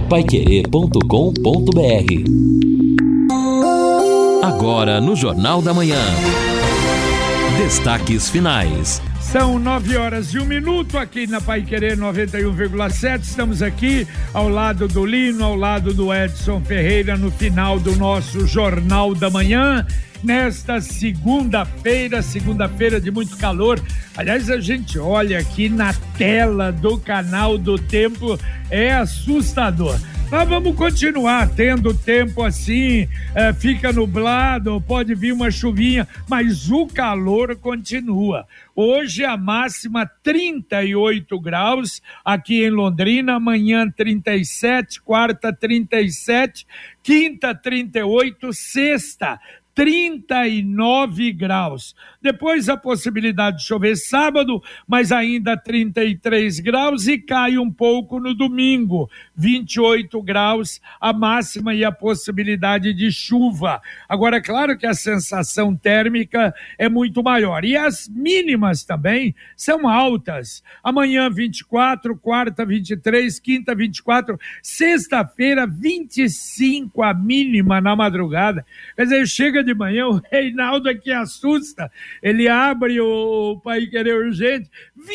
paiquerê.com.br. Agora no Jornal da Manhã. Destaques finais. São 9h01 aqui na Paiquerê 91,7. Estamos aqui ao lado do Lino, ao lado do Edson Ferreira, no final do nosso Jornal da Manhã. Nesta segunda-feira de muito calor. Aliás, a gente olha aqui na tela do canal do tempo, é assustador. Nós vamos continuar tendo tempo assim, fica nublado, pode vir uma chuvinha, mas o calor continua. Hoje a máxima 38 graus aqui em Londrina, amanhã 37, quarta 37, quinta 38, sexta 39 graus. Depois a possibilidade de chover sábado, mas ainda 33 graus e cai um pouco no domingo, 28 graus a máxima e a possibilidade de chuva. Agora, é claro que a sensação térmica é muito maior e as mínimas também são altas. Amanhã 24, quarta 23, quinta 24, sexta-feira 25 a mínima na madrugada. Quer dizer, chega de manhã, o Reinaldo aqui assusta, ele abre o Paiquerê Urgente,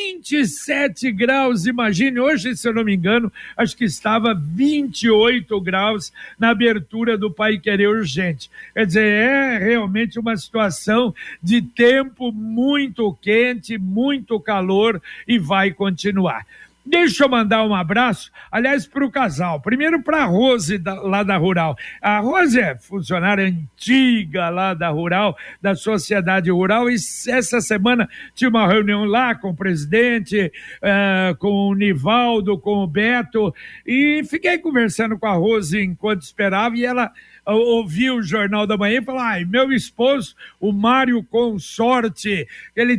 27 graus, imagine, hoje, se eu não me engano, acho que estava 28 graus na abertura do Paiquerê Urgente. Quer dizer, é realmente uma situação de tempo muito quente, muito calor e vai continuar. Deixa eu mandar um abraço, aliás, para o casal. Primeiro para a Rose, lá da Rural. A Rose é funcionária antiga lá da Rural, da Sociedade Rural, e essa semana tinha uma reunião lá com o presidente, com o Nivaldo, com o Beto, e fiquei conversando com a Rose enquanto esperava, e ela ouviu o Jornal da Manhã e falou: meu esposo, o Mário Consorte, ele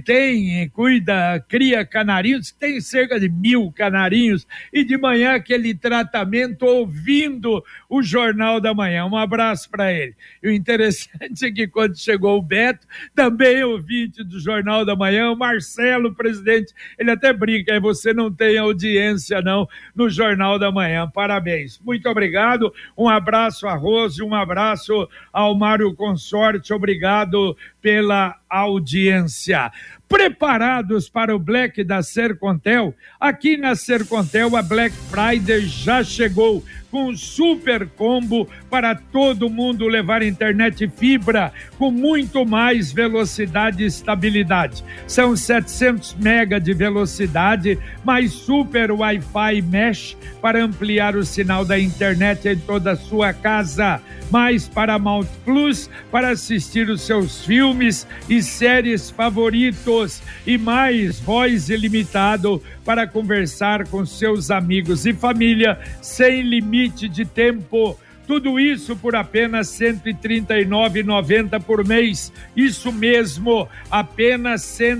cria canarinhos, tem cerca de 1.000 canarinhos, e de manhã aquele tratamento ouvindo o Jornal da Manhã. Um abraço para ele. E o interessante é que quando chegou o Beto, também ouvinte do Jornal da Manhã, o Marcelo, presidente, ele até brinca, você não tem audiência não no Jornal da Manhã. Parabéns. Muito obrigado. Um abraço a Rose, um abraço ao Mário Consorte, obrigado pela audiência. Preparados para o Black da Sercontel? Aqui na Sercontel a Black Friday já chegou com um super combo para todo mundo levar internet fibra com muito mais velocidade e estabilidade. São 700 mega de velocidade, mais super Wi-Fi Mesh para ampliar o sinal da internet em toda a sua casa. Mais Paramount Plus para assistir os seus filmes e séries favoritos, e mais voz ilimitado para conversar com seus amigos e família sem limite de tempo. Tudo isso por apenas R$ 139,90 por mês. Isso mesmo, apenas R$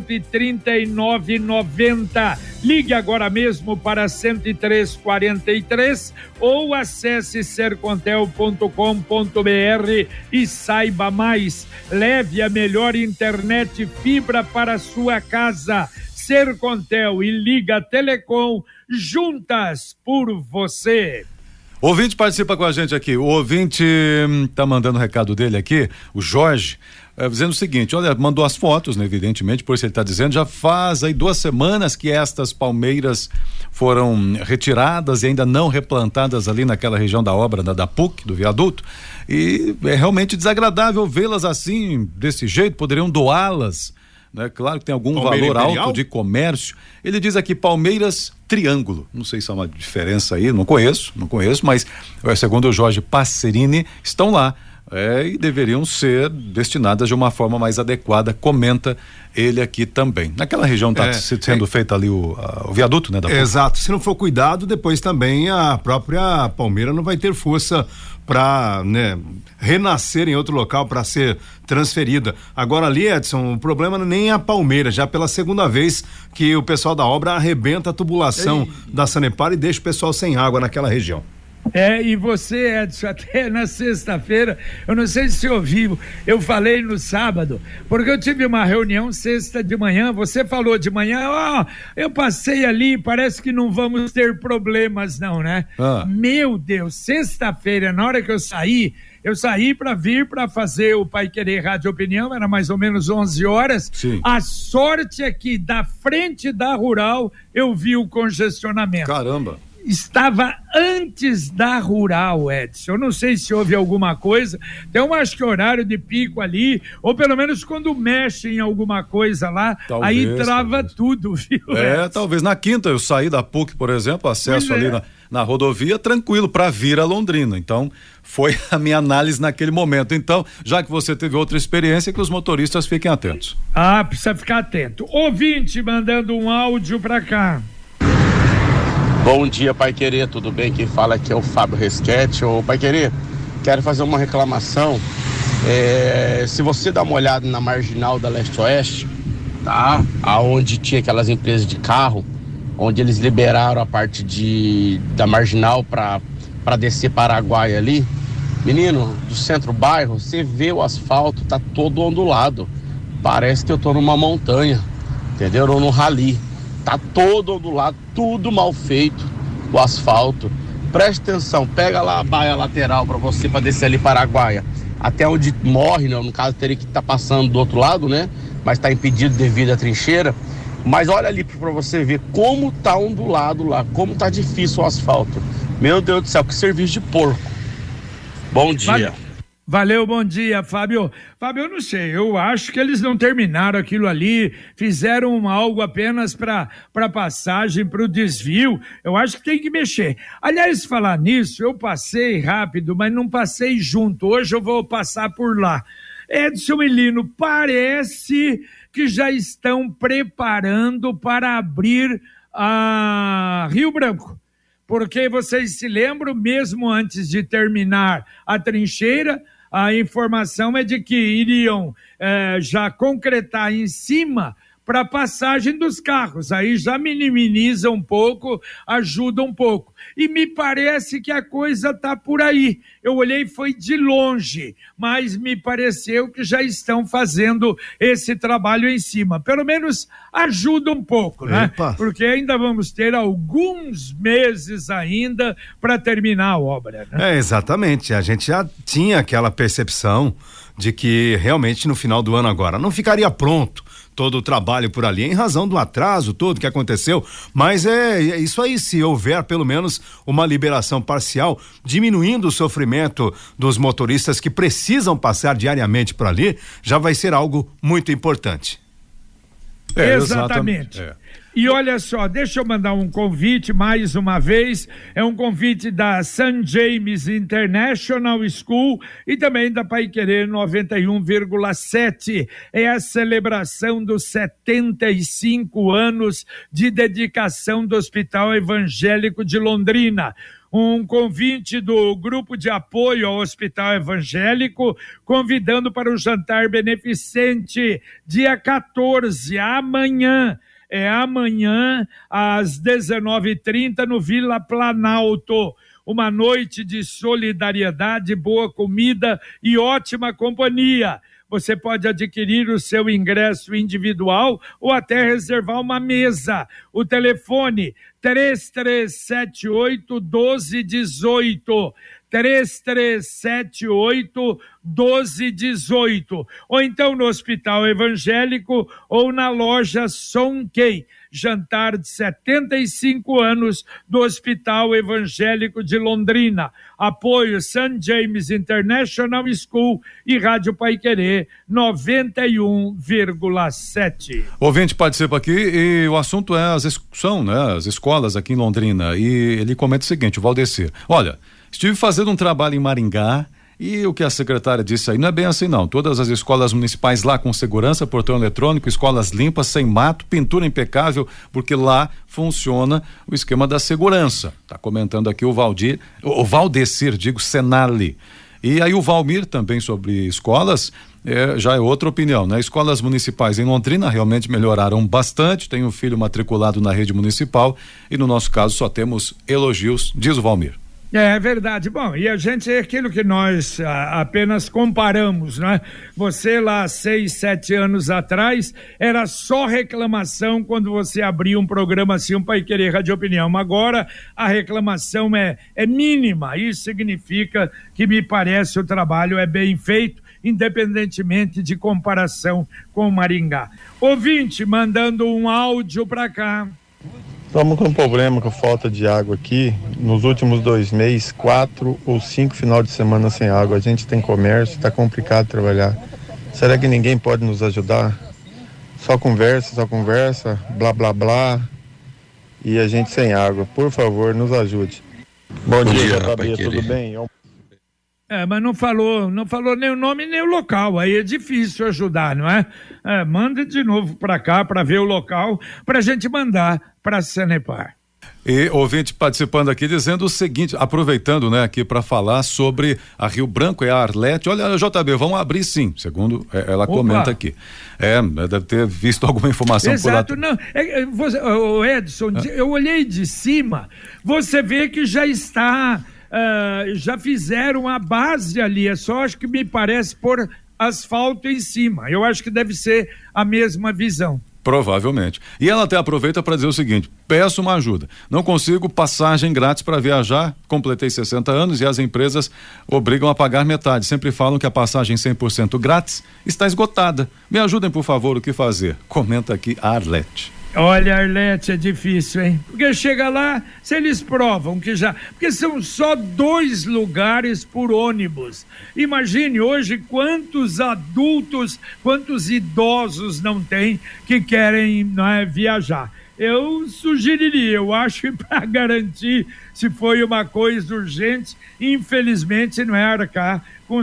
139,90. Ligue agora mesmo para 10343 ou acesse sercontel.com.br e saiba mais. Leve a melhor internet fibra para a sua casa. Sercontel e Liga Telecom, juntas por você. O ouvinte participa com a gente aqui. O ouvinte tá mandando o recado dele aqui, o Jorge, dizendo o seguinte: olha, mandou as fotos, né, evidentemente, por isso ele está dizendo, já faz aí 2 semanas que estas palmeiras foram retiradas e ainda não replantadas ali naquela região da obra da PUC, do viaduto, e é realmente desagradável vê-las assim, desse jeito. Poderiam doá-las, né? Claro que tem algum Palmeira valor Imperial? Alto de comércio. Ele diz aqui Palmeiras Triângulo, não sei se há uma diferença aí, não conheço, mas segundo o Jorge Passerini, estão lá e deveriam ser destinadas de uma forma mais adequada, comenta ele aqui também. Naquela região está sendo feito ali o viaduto, né? Exato, se não for cuidado, depois também a própria Palmeira não vai ter força para, né, renascer em outro local, para ser transferida. Agora ali, Edson, o problema não é nem a Palmeira, já pela segunda vez que o pessoal da obra arrebenta a tubulação da Sanepar e deixa o pessoal sem água naquela região. E você, Edson, até na sexta-feira, eu não sei se você ouviu, eu falei no sábado, porque eu tive uma reunião sexta de manhã, você falou de manhã, eu passei ali, parece que não vamos ter problemas não, né? Meu Deus, sexta-feira, na hora que eu saí para vir para fazer o Pai Querer Rádio Opinião, era mais ou menos 11 horas. Sim. A sorte é que da frente da Rural eu vi o congestionamento. Caramba. Estava antes da Rural, Edson. Eu não sei se houve alguma coisa. Tem acho que horário de pico ali, ou pelo menos quando mexe em alguma coisa lá, talvez, aí trava tudo, viu? Edson? Talvez na quinta eu saí da PUC, por exemplo, acesso ali na rodovia, tranquilo, para vir a Londrina. Então, foi a minha análise naquele momento. Então, já que você teve outra experiência, que os motoristas fiquem atentos. Precisa ficar atento. Ouvinte mandando um áudio para cá. Bom dia, Pai Querer, tudo bem? Quem fala aqui é o Fábio Resquete. Ô, Pai Querer, quero fazer uma reclamação. Se você dá uma olhada na marginal da Leste-Oeste, tá? Aonde tinha aquelas empresas de carro, onde eles liberaram a parte da marginal para descer Paraguai ali. Menino, do centro-bairro, você vê o asfalto, tá todo ondulado. Parece que eu tô numa montanha, entendeu? Ou num rally. Tá todo ondulado, tudo mal feito, o asfalto. Preste atenção, pega lá a baia lateral para descer ali Paraguaia. Até onde morre, no caso teria que estar passando do outro lado, né? Mas tá impedido devido à trincheira. Mas olha ali para você ver como tá ondulado lá, como tá difícil o asfalto. Meu Deus do céu, que serviço de porco. Bom dia. Valeu, bom dia, Fábio. Fábio, eu não sei, eu acho que eles não terminaram aquilo ali, fizeram algo apenas para passagem, para o desvio. Eu acho que tem que mexer. Aliás, falar nisso, eu passei rápido, mas não passei junto. Hoje eu vou passar por lá. Edson e Lino, parece que já estão preparando para abrir a Rio Branco. Porque vocês se lembram, mesmo antes de terminar a trincheira, a informação é de que iriam já concretar em cima para a passagem dos carros. Aí já minimiza um pouco, ajuda um pouco. E me parece que a coisa está por aí. Eu olhei, foi de longe, mas me pareceu que já estão fazendo esse trabalho em cima. Pelo menos ajuda um pouco, né? Porque ainda vamos ter alguns meses ainda para terminar a obra, né? Exatamente. A gente já tinha aquela percepção de que realmente no final do ano agora não ficaria pronto todo o trabalho por ali, em razão do atraso todo que aconteceu, mas é isso aí, se houver pelo menos uma liberação parcial, diminuindo o sofrimento dos motoristas que precisam passar diariamente por ali, já vai ser algo muito importante. Exatamente. E olha só, deixa eu mandar um convite mais uma vez, é um convite da St. James International School e também da Pai Querer 91,7. É a celebração dos 75 anos de dedicação do Hospital Evangélico de Londrina. Um convite do grupo de apoio ao Hospital Evangélico, convidando para o jantar beneficente, dia 14, amanhã. Amanhã, às 19h30, no Vila Planalto. Uma noite de solidariedade, boa comida e ótima companhia. Você pode adquirir o seu ingresso individual ou até reservar uma mesa. O telefone 3378-1218. 3378-1218, ou então no Hospital Evangélico ou na loja Sonkei. Jantar de 75 anos do Hospital Evangélico de Londrina. Apoio St. James International School e Rádio Pai Querer 91,7. Ouvinte participa aqui e o assunto é as escolas aqui em Londrina, e ele comenta o seguinte, o Valdecir, olha, estive fazendo um trabalho em Maringá e o que a secretária disse aí não é bem assim não. Todas as escolas municipais lá com segurança, portão eletrônico, escolas limpas, sem mato, pintura impecável, porque lá funciona o esquema da segurança. Tá comentando aqui o Valdecir, Senali. E aí o Valmir também sobre escolas, já é outra opinião, né? Escolas municipais em Londrina realmente melhoraram bastante, tem um filho matriculado na rede municipal e no nosso caso só temos elogios, diz o Valmir. É verdade. Bom, e a gente é aquilo que nós apenas comparamos, né? Você lá 6, 7 anos atrás era só reclamação quando você abria um programa assim, um Paiquerê Rádio Opinião. Agora a reclamação é mínima. Isso significa que me parece o trabalho é bem feito, independentemente de comparação com Maringá. Ouvinte mandando um áudio para cá. Estamos com um problema com falta de água aqui. Nos últimos 2 meses, 4 ou 5 final de semana sem água. A gente tem comércio, está complicado trabalhar. Será que ninguém pode nos ajudar? Só conversa, blá blá blá. E a gente sem água. Por favor, nos ajude. Bom dia, JB, tudo bem? Mas não falou nem o nome nem o local, aí é difícil ajudar, não é? Manda de novo para cá para ver o local, para a gente mandar para a Sanepar. E ouvinte participando aqui dizendo o seguinte, aproveitando, né, aqui para falar sobre a Rio Branco e a Arlete. Olha, JB, vamos abrir sim, segundo ela comenta aqui. Deve ter visto alguma informação por lá. Exato, não. Edson, eu olhei de cima, você vê que já está. Já fizeram a base ali, é só acho que me parece pôr asfalto em cima. Eu acho que deve ser a mesma visão. Provavelmente. E ela até aproveita para dizer o seguinte: peço uma ajuda. Não consigo passagem grátis para viajar, completei 60 anos e as empresas obrigam a pagar metade. Sempre falam que a passagem 100% grátis está esgotada. Me ajudem, por favor, o que fazer? Comenta aqui a Arlete. Olha, Arlete, é difícil, hein? Porque chega lá, se eles provam que já... Porque são só 2 lugares por ônibus. Imagine hoje quantos adultos, quantos idosos não tem que querem, não é, viajar. Eu sugeriria, eu acho que para garantir, se foi uma coisa urgente, infelizmente não é arcar com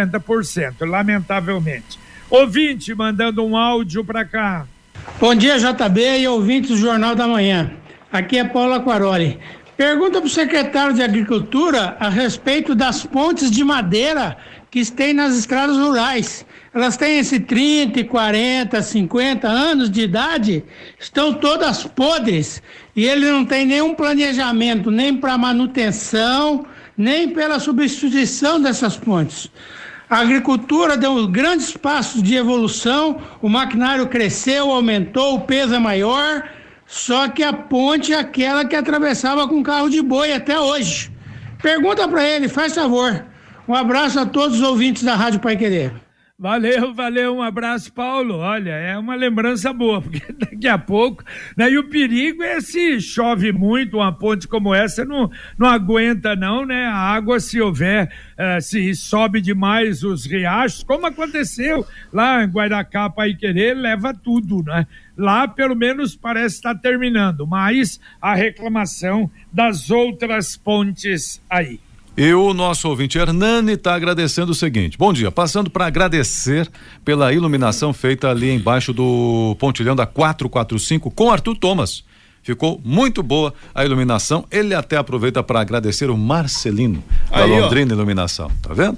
50%, lamentavelmente. Ouvinte mandando um áudio para cá. Bom dia, JB e ouvintes do Jornal da Manhã. Aqui é Paula Quaroli. Pergunta para o secretário de Agricultura a respeito das pontes de madeira que tem nas estradas rurais. Elas têm esse 30, 40, 50 anos de idade, estão todas podres e ele não tem nenhum planejamento, nem para manutenção, nem pela substituição dessas pontes. A agricultura deu grandes passos de evolução, o maquinário cresceu, aumentou, o peso é maior, só que a ponte é aquela que atravessava com carro de boi até hoje. Pergunta para ele, faz favor. Um abraço a todos os ouvintes da Rádio Paiquerê. Valeu, um abraço, Paulo. Olha, é uma lembrança boa, porque daqui a pouco, né? E o perigo é se chove muito, uma ponte como essa não aguenta não, né? A água, se houver, se sobe demais os riachos, como aconteceu lá em Guairacá, Paiquerê, leva tudo, né? Lá, pelo menos, parece estar terminando, mas a reclamação das outras pontes aí. E o nosso ouvinte Hernani está agradecendo o seguinte: bom dia, passando para agradecer pela iluminação feita ali embaixo do pontilhão da 445 com Arthur Thomas. Ficou muito boa a iluminação. Ele até aproveita para agradecer o Marcelino da Londrina Iluminação, tá vendo?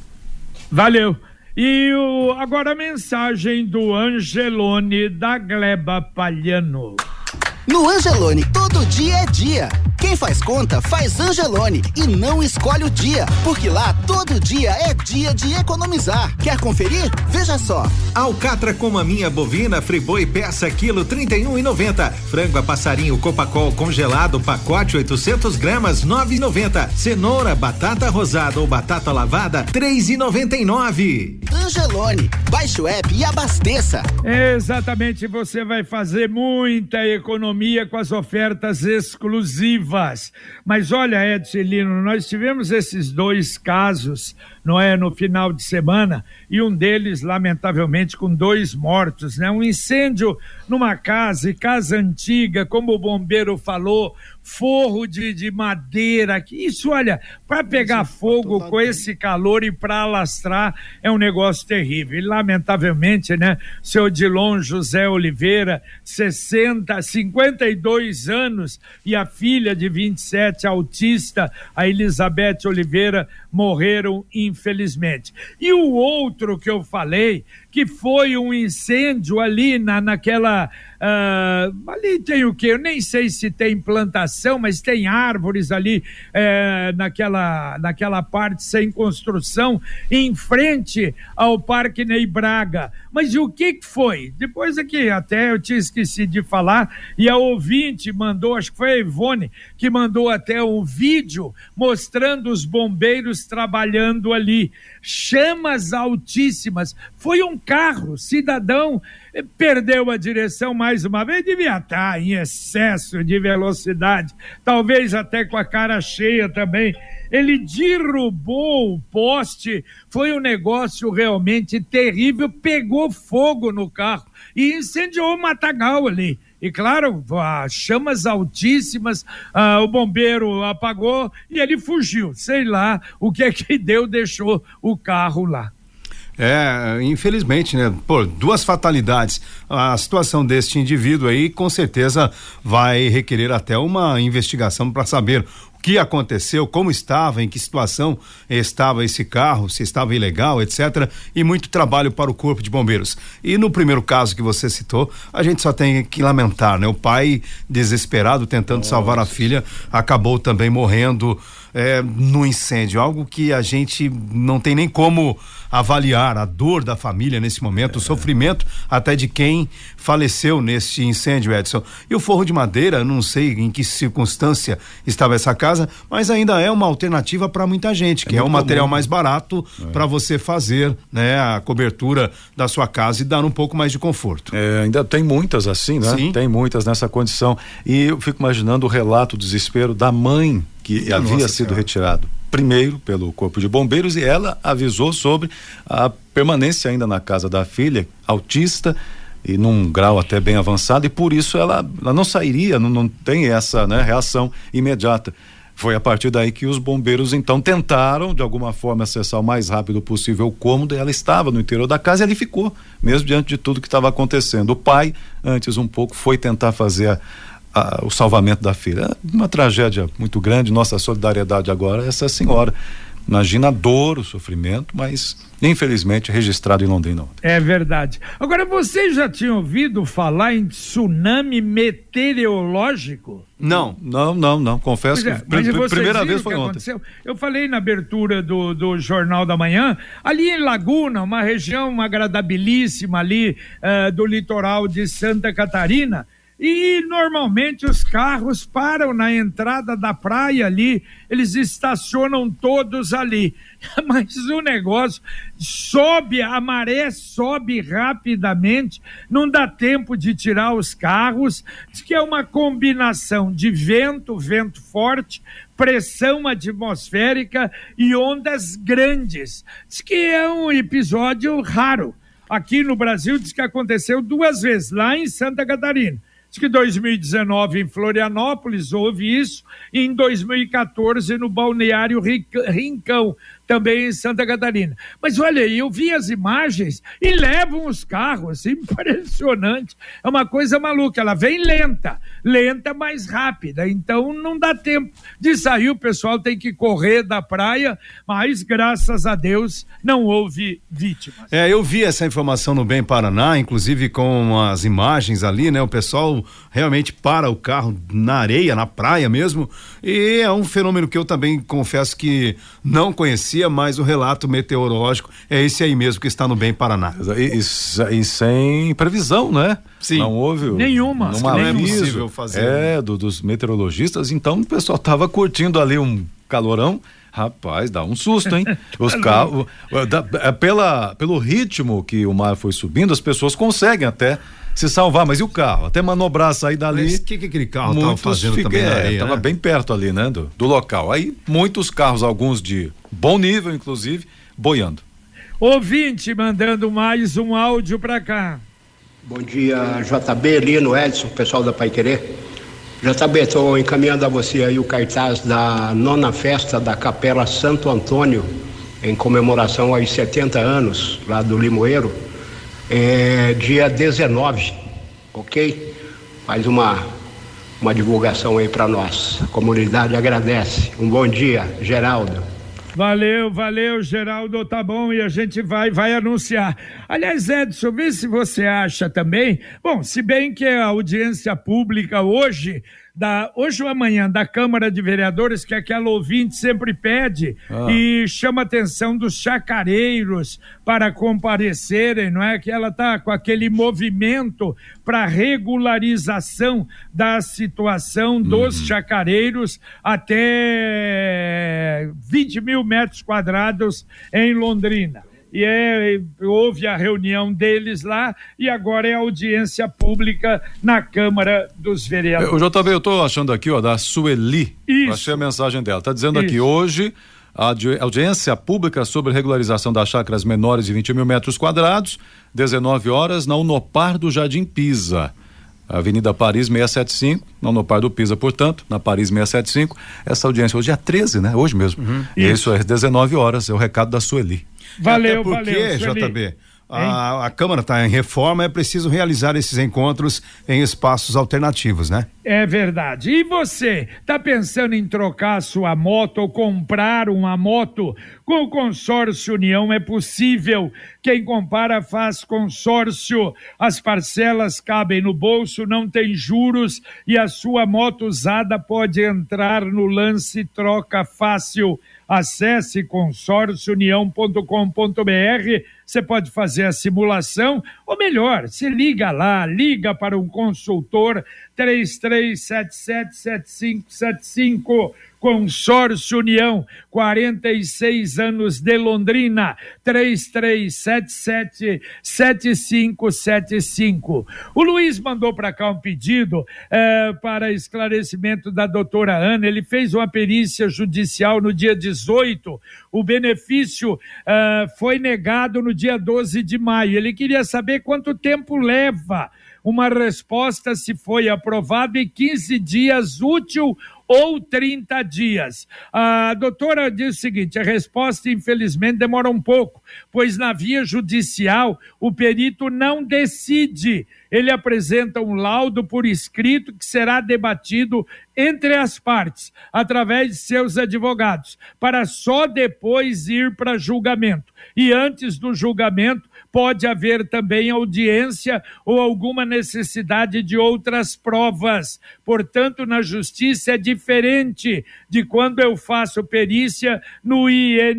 Valeu. E agora a mensagem do Angelone da Gleba Palhano. No Angelone, todo dia é dia. Quem faz conta, faz Angelone e não escolhe o dia, porque lá todo dia é dia de economizar. Quer conferir? Veja só. Alcatra com maminha bovina, friboi peça quilo 31,90. Frango a passarinho Copacol congelado, pacote 800 gramas 9,90. Cenoura, batata rosada ou batata lavada 3,99. Angelone, baixe o app e abasteça. Exatamente, você vai fazer muita economia com as ofertas exclusivas. Mas olha, Edson Lino, nós tivemos esses 2 casos, não é, no final de semana, e um deles, lamentavelmente, com 2 mortos, né? Um incêndio numa casa antiga, como o bombeiro falou, forro de madeira, isso, olha, para pegar fogo com esse calor e para alastrar é um negócio terrível. E lamentavelmente, né, seu Odilon José Oliveira, 52 anos, e a filha de 27, autista, a Elizabeth Oliveira, morreram infelizmente. E o outro que eu falei, que foi um incêndio ali naquela... ali tem o quê? Eu nem sei se tem plantação, mas tem árvores ali naquela parte sem construção, em frente ao Parque Ney Braga. Mas o que foi? Depois aqui, até eu tinha esquecido de falar, e a ouvinte mandou, acho que foi a Ivone, que mandou até um vídeo mostrando os bombeiros trabalhando ali. Chamas altíssimas. Foi um carro, cidadão, perdeu a direção mais uma vez, devia estar em excesso de velocidade, talvez até com a cara cheia também. Ele derrubou o poste, foi um negócio realmente terrível, pegou fogo no carro e incendiou o matagal ali. E claro, chamas altíssimas, o bombeiro apagou e ele fugiu. Sei lá o que é que deu, deixou o carro lá. Infelizmente, né? Pô, 2 fatalidades. A situação deste indivíduo aí, com certeza, vai requerer até uma investigação para saber o que aconteceu, como estava, em que situação estava esse carro, se estava ilegal, etc. E muito trabalho para o Corpo de Bombeiros. E no primeiro caso que você citou, a gente só tem que lamentar, né? O pai, desesperado, tentando salvar a filha, acabou também morrendo no incêndio, algo que a gente não tem nem como avaliar a dor da família nesse momento, o sofrimento até de quem faleceu neste incêndio, Edson. E o forro de madeira, não sei em que circunstância estava essa casa, mas ainda é uma alternativa para muita gente, que é um material mais barato para você fazer, né, a cobertura da sua casa e dar um pouco mais de conforto. Ainda tem muitas assim, né? Sim. Tem muitas nessa condição. E eu fico imaginando o relato, o desespero da mãe que havia sido retirado primeiro pelo Corpo de Bombeiros, e ela avisou sobre a permanência ainda na casa da filha, autista e num grau até bem avançado, e por isso ela não sairia, não tem essa, né, reação imediata. Foi a partir daí que os bombeiros então tentaram de alguma forma acessar o mais rápido possível o cômodo, e ela estava no interior da casa e ali ficou, mesmo diante de tudo que estava acontecendo. O pai, antes um pouco, foi tentar fazer o salvamento da filha. Uma tragédia muito grande, nossa solidariedade agora a essa senhora. Imagina a dor, o sofrimento, mas infelizmente registrado em Londrina. É verdade. Agora, vocês já tinham ouvido falar em tsunami meteorológico? Não. Confesso que primeira vez foi ontem. Aconteceu? Eu falei na abertura do Jornal da Manhã, ali em Laguna, uma região agradabilíssima ali do litoral de Santa Catarina. E normalmente os carros param na entrada da praia ali, eles estacionam todos ali, mas o negócio sobe, a maré sobe rapidamente, não dá tempo de tirar os carros, diz que é uma combinação de vento forte, pressão atmosférica e ondas grandes, diz que é um episódio raro. Aqui no Brasil diz que aconteceu 2 vezes, lá em Santa Catarina. Diz que em 2019 em Florianópolis houve isso, e em 2014 no Balneário Rincão, também em Santa Catarina. Mas olha aí, eu vi as imagens e levam os carros, impressionante, é uma coisa maluca, ela vem lenta, mais rápida, então não dá tempo de sair, o pessoal tem que correr da praia, mas graças a Deus não houve vítimas. Eu vi essa informação no Bem Paraná, inclusive com as imagens ali, né, o pessoal realmente para o carro na areia, na praia mesmo, e é um fenômeno que eu também confesso que não conhecia, mas o relato meteorológico é esse aí mesmo que está no Bem Paraná. E sem previsão, né? Sim. Não houve nenhuma. Não é possível fazer. Dos meteorologistas, então o pessoal estava curtindo ali um calorão. Rapaz, dá um susto, hein? Os carros, pelo ritmo que o mar foi subindo, as pessoas conseguem até se salvar, mas e o carro? Até manobrar, sair dali. Mas o que aquele carro estava fazendo também na areia, tava bem perto ali, né? Do local. Aí muitos carros, alguns de bom nível, inclusive, boiando. Ouvinte mandando mais um áudio pra cá. Bom dia, JB, Lino, Edson, pessoal da Paiquerê. JB, estou encaminhando a você aí o cartaz da 9ª festa da Capela Santo Antônio, em comemoração aos 70 anos, lá do Limoeiro, dia 19, ok? Faz uma divulgação aí para nós, a comunidade agradece. Um bom dia, Geraldo. Valeu, Geraldo, tá bom, e a gente vai anunciar. Aliás, Edson, vê se você acha também, bom, se bem que a audiência pública hoje ou amanhã da Câmara de Vereadores, que aquela ouvinte sempre pede e chama a atenção dos chacareiros para comparecerem, não é? Que ela está com aquele movimento para regularização da situação dos chacareiros até 20 mil metros quadrados em Londrina. E houve a reunião deles lá e agora é audiência pública na Câmara dos Vereadores. O JB, eu estou achando aqui, da Sueli. Isso. Achei a mensagem dela. Está dizendo aqui, hoje, a audiência pública sobre regularização das chácaras menores de 20 mil metros quadrados, 19 horas, na Unopar do Jardim Pisa. Avenida Paris 675, na Unopar do Pisa, portanto, na Paris 675. Essa audiência hoje é 13, né? Hoje mesmo. Isso é 19 horas, é o recado da Sueli. Valeu, JB, a Câmara está em reforma, é preciso realizar esses encontros em espaços alternativos, né? É verdade. E você, tá pensando em trocar a sua moto ou comprar uma moto? Com o Consórcio União é possível. Quem compara faz consórcio. As parcelas cabem no bolso, não tem juros e a sua moto usada pode entrar no lance troca fácil. Acesse consórciounião.com.br, você pode fazer a simulação, ou melhor, se liga para um consultor 33777575, Consórcio União, 46 anos de Londrina, 33777575. O Luiz mandou para cá um pedido para esclarecimento da doutora Ana. Ele fez uma perícia judicial no dia 18, o benefício foi negado no dia 12 de maio. Ele queria saber quanto tempo leva uma resposta, se foi aprovado, em 15 dias útil ou 30 dias. A doutora diz o seguinte: a resposta infelizmente demora um pouco, pois na via judicial o perito não decide. Ele apresenta um laudo por escrito que será debatido entre as partes, através de seus advogados, para só depois ir para julgamento. E antes do julgamento pode haver também audiência ou alguma necessidade de outras provas. Portanto, na justiça é diferente de quando eu faço perícia no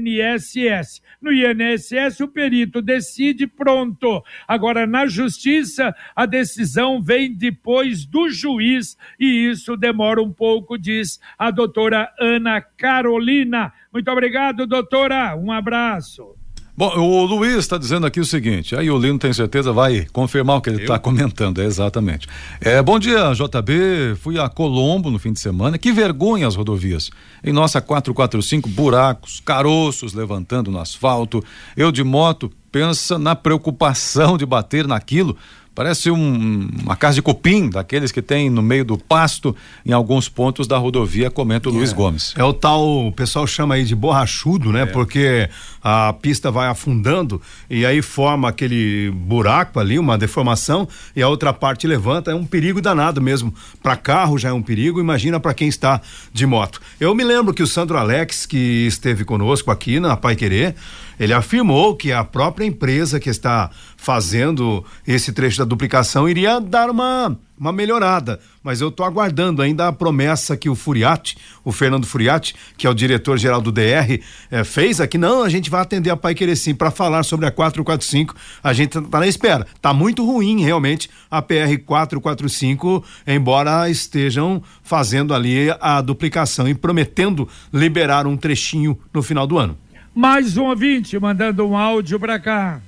INSS. No INSS o perito decide, pronto. Agora, na justiça, a decisão vem depois do juiz e isso demora um pouco, diz a doutora Ana Carolina. Muito obrigado, doutora. Um abraço. Bom, o Luiz está dizendo aqui o seguinte, aí o Lino tem certeza vai confirmar o que ele está comentando, exatamente. Bom dia, JB, fui a Colombo no fim de semana, que vergonha as rodovias. Em nossa 445, buracos, caroços levantando no asfalto, eu de moto, pensa na preocupação de bater naquilo. Parece uma casa de cupim, daqueles que tem no meio do pasto, em alguns pontos da rodovia, comenta o Luiz Gomes. É o tal, o pessoal chama aí de borrachudo, né? Porque a pista vai afundando e aí forma aquele buraco ali, uma deformação, e a outra parte levanta, é um perigo danado mesmo. Para carro já é um perigo, imagina para quem está de moto. Eu me lembro que o Sandro Alex, que esteve conosco aqui na Paiquerê, ele afirmou que a própria empresa que está fazendo esse trecho da duplicação iria dar uma melhorada, mas eu estou aguardando ainda a promessa que o Fernando Furiati, que é o diretor-geral do DR, fez aqui. Não, a gente vai atender a Paiquerê sim para falar sobre a 445, a gente está na espera. Tá muito ruim realmente a PR 445, embora estejam fazendo ali a duplicação e prometendo liberar um trechinho no final do ano. Mais um ouvinte mandando um áudio para cá.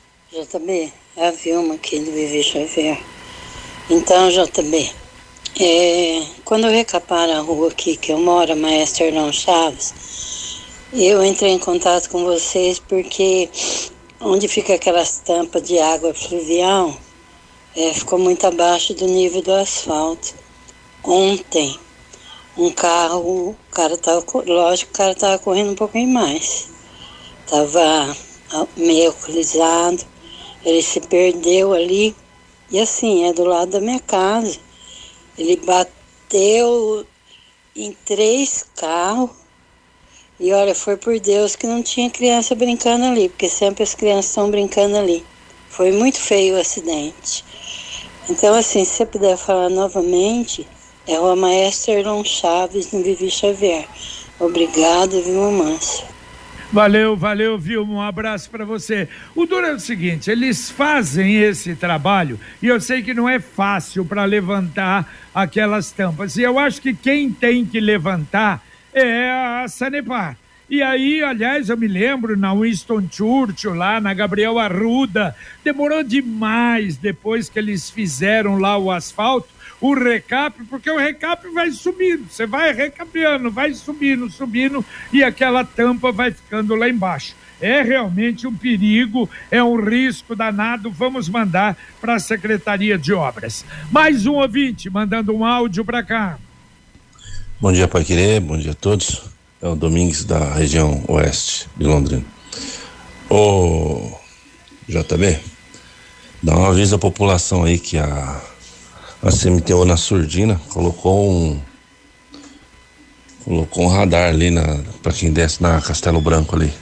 JB, é a Vilma aqui do Vivi Xavier. Então, JB, quando eu recapar a rua aqui que eu moro, Maestro Hernão Chaves, eu entrei em contato com vocês porque onde fica aquelas tampas de água fluvial, ficou muito abaixo do nível do asfalto. Ontem, o cara tava correndo um pouquinho mais. Tava meio alcoolizado, ele se perdeu ali, e assim, é do lado da minha casa. Ele bateu em 3 carros E olha, foi por Deus que não tinha criança brincando ali, porque sempre as crianças estão brincando ali. Foi muito feio o acidente. Então, assim, se você puder falar novamente, é o Maestro Erlon Chaves no Vivi Xavier. Obrigado, viu, Márcio? Valeu, Vilma, um abraço para você. O duro é o seguinte, eles fazem esse trabalho e eu sei que não é fácil para levantar aquelas tampas. E eu acho que quem tem que levantar é a Sanepar. E aí, aliás, eu me lembro na Winston Churchill, lá na Gabriel Arruda, demorou demais depois que eles fizeram lá o asfalto, o recap, porque o recap vai subindo, você vai recapeando, vai subindo, e aquela tampa vai ficando lá embaixo. É realmente um perigo, é um risco danado, vamos mandar para a Secretaria de Obras. Mais um ouvinte mandando um áudio para cá. Bom dia, Paiquerê, bom dia a todos. É o Domingues da região oeste de Londrina. Ô, JB, dá um aviso à população aí que a CMTU na Surdina colocou um radar ali para quem desce na Castelo Branco ali.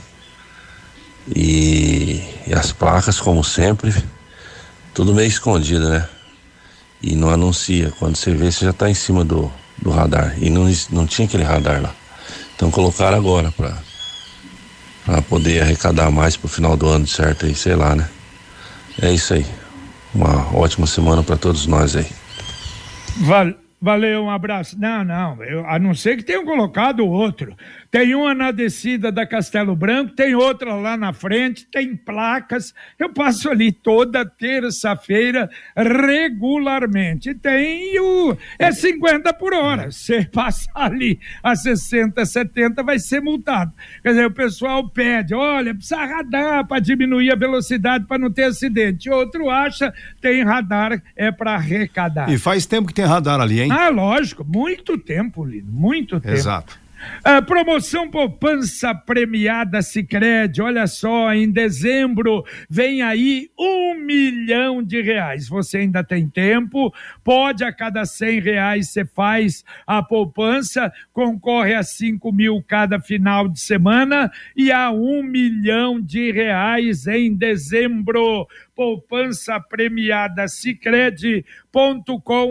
E as placas, como sempre, tudo meio escondido, né? E não anuncia. Quando você vê, você já tá em cima do radar. E não tinha aquele radar lá. Então colocaram agora para poder arrecadar mais pro final do ano, certo? Aí, sei lá, né? É isso aí. Uma ótima semana para todos nós aí. Valeu, um abraço. Não, a não ser que tenham colocado outro. Tem uma na descida da Castelo Branco, tem outra lá na frente, tem placas. Eu passo ali toda terça-feira regularmente. Tem é 50 por hora. Você passar ali a 60, 70 vai ser multado. Quer dizer, o pessoal pede, olha, precisa radar para diminuir a velocidade para não ter acidente. Outro acha, tem radar, é para arrecadar. E faz tempo que tem radar ali, hein? Ah, lógico, muito tempo, Lino, muito tempo. Exato. A promoção poupança premiada Sicredi, olha só, em dezembro vem aí R$1 milhão. Você ainda tem tempo, pode a cada R$100 você faz a poupança, concorre a 5 mil cada final de semana e a R$1 milhão em dezembro. Poupança premiada Sicredi.com.br.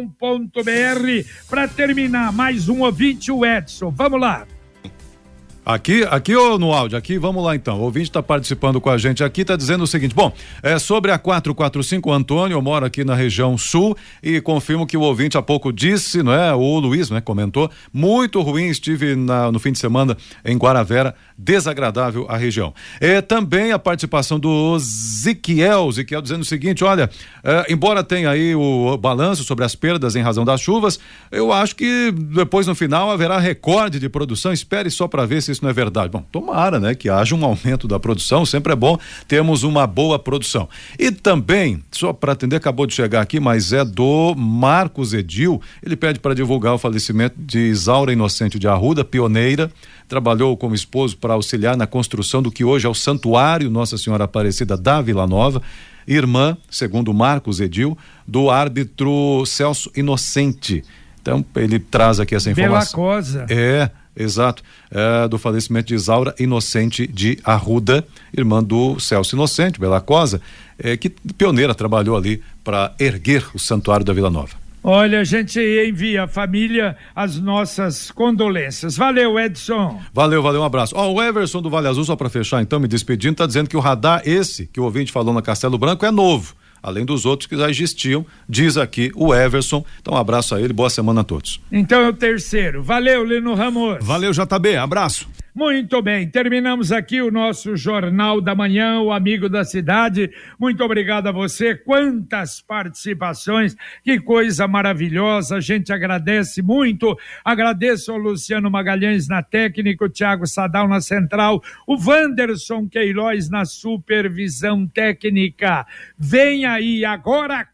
Para terminar, mais um ouvinte, o Edson. Vamos lá. Aqui ou no áudio? Aqui, vamos lá então. O ouvinte está participando com a gente aqui, está dizendo o seguinte: bom, sobre a 445, o Antônio, eu moro aqui na região sul e confirmo que o ouvinte há pouco disse, não é? O Luiz, né? Comentou, muito ruim, estive no fim de semana em Guaravera, desagradável a região. Também a participação do Ziquiel dizendo o seguinte: olha, embora tenha aí o balanço sobre as perdas em razão das chuvas, eu acho que depois no final haverá recorde de produção, espere só para ver se isso não é verdade. Bom, tomara, né, que haja um aumento da produção, sempre é bom termos uma boa produção. E também, só para atender, acabou de chegar aqui, mas é do Marcos Edil, ele pede para divulgar o falecimento de Isaura Inocente de Arruda, pioneira, trabalhou como esposo para auxiliar na construção do que hoje é o Santuário Nossa Senhora Aparecida da Vila Nova, irmã, segundo Marcos Edil, do árbitro Celso Inocente. Então, ele traz aqui essa informação. Belacosa. Exato, do falecimento de Isaura Inocente de Arruda, irmã do Celso Inocente, Belacosa, que pioneira, trabalhou ali para erguer o Santuário da Vila Nova. Olha, a gente envia à família as nossas condolências. Valeu, Edson. Valeu, um abraço. O Everson do Vale Azul, só para fechar então, me despedindo, tá dizendo que o radar esse que o ouvinte falou na Castelo Branco é novo, além dos outros que já existiam, diz aqui o Everson. Então, um abraço a ele, boa semana a todos. Então é o terceiro. Valeu, Lino Ramos. Valeu, JB, abraço. Muito bem, terminamos aqui o nosso Jornal da Manhã, o Amigo da Cidade. Muito obrigado a você, quantas participações, que coisa maravilhosa, a gente agradece muito. Agradeço ao Luciano Magalhães na técnica, o Thiago Sadal na central, o Wanderson Queiroz na supervisão técnica. Vem aí agora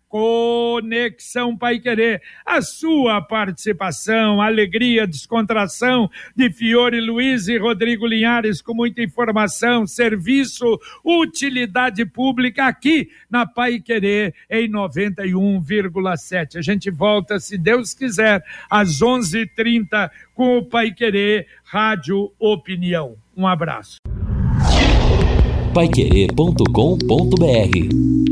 Conexão Paiquerê, a sua participação, alegria, descontração de Fiore Luiz e Rodrigo Linhares, com muita informação, serviço, utilidade pública aqui na Paiquerê em 91,7. A gente volta, se Deus quiser, às 11h30 com o Paiquerê Rádio Opinião. Um abraço. Paiquerê.com.br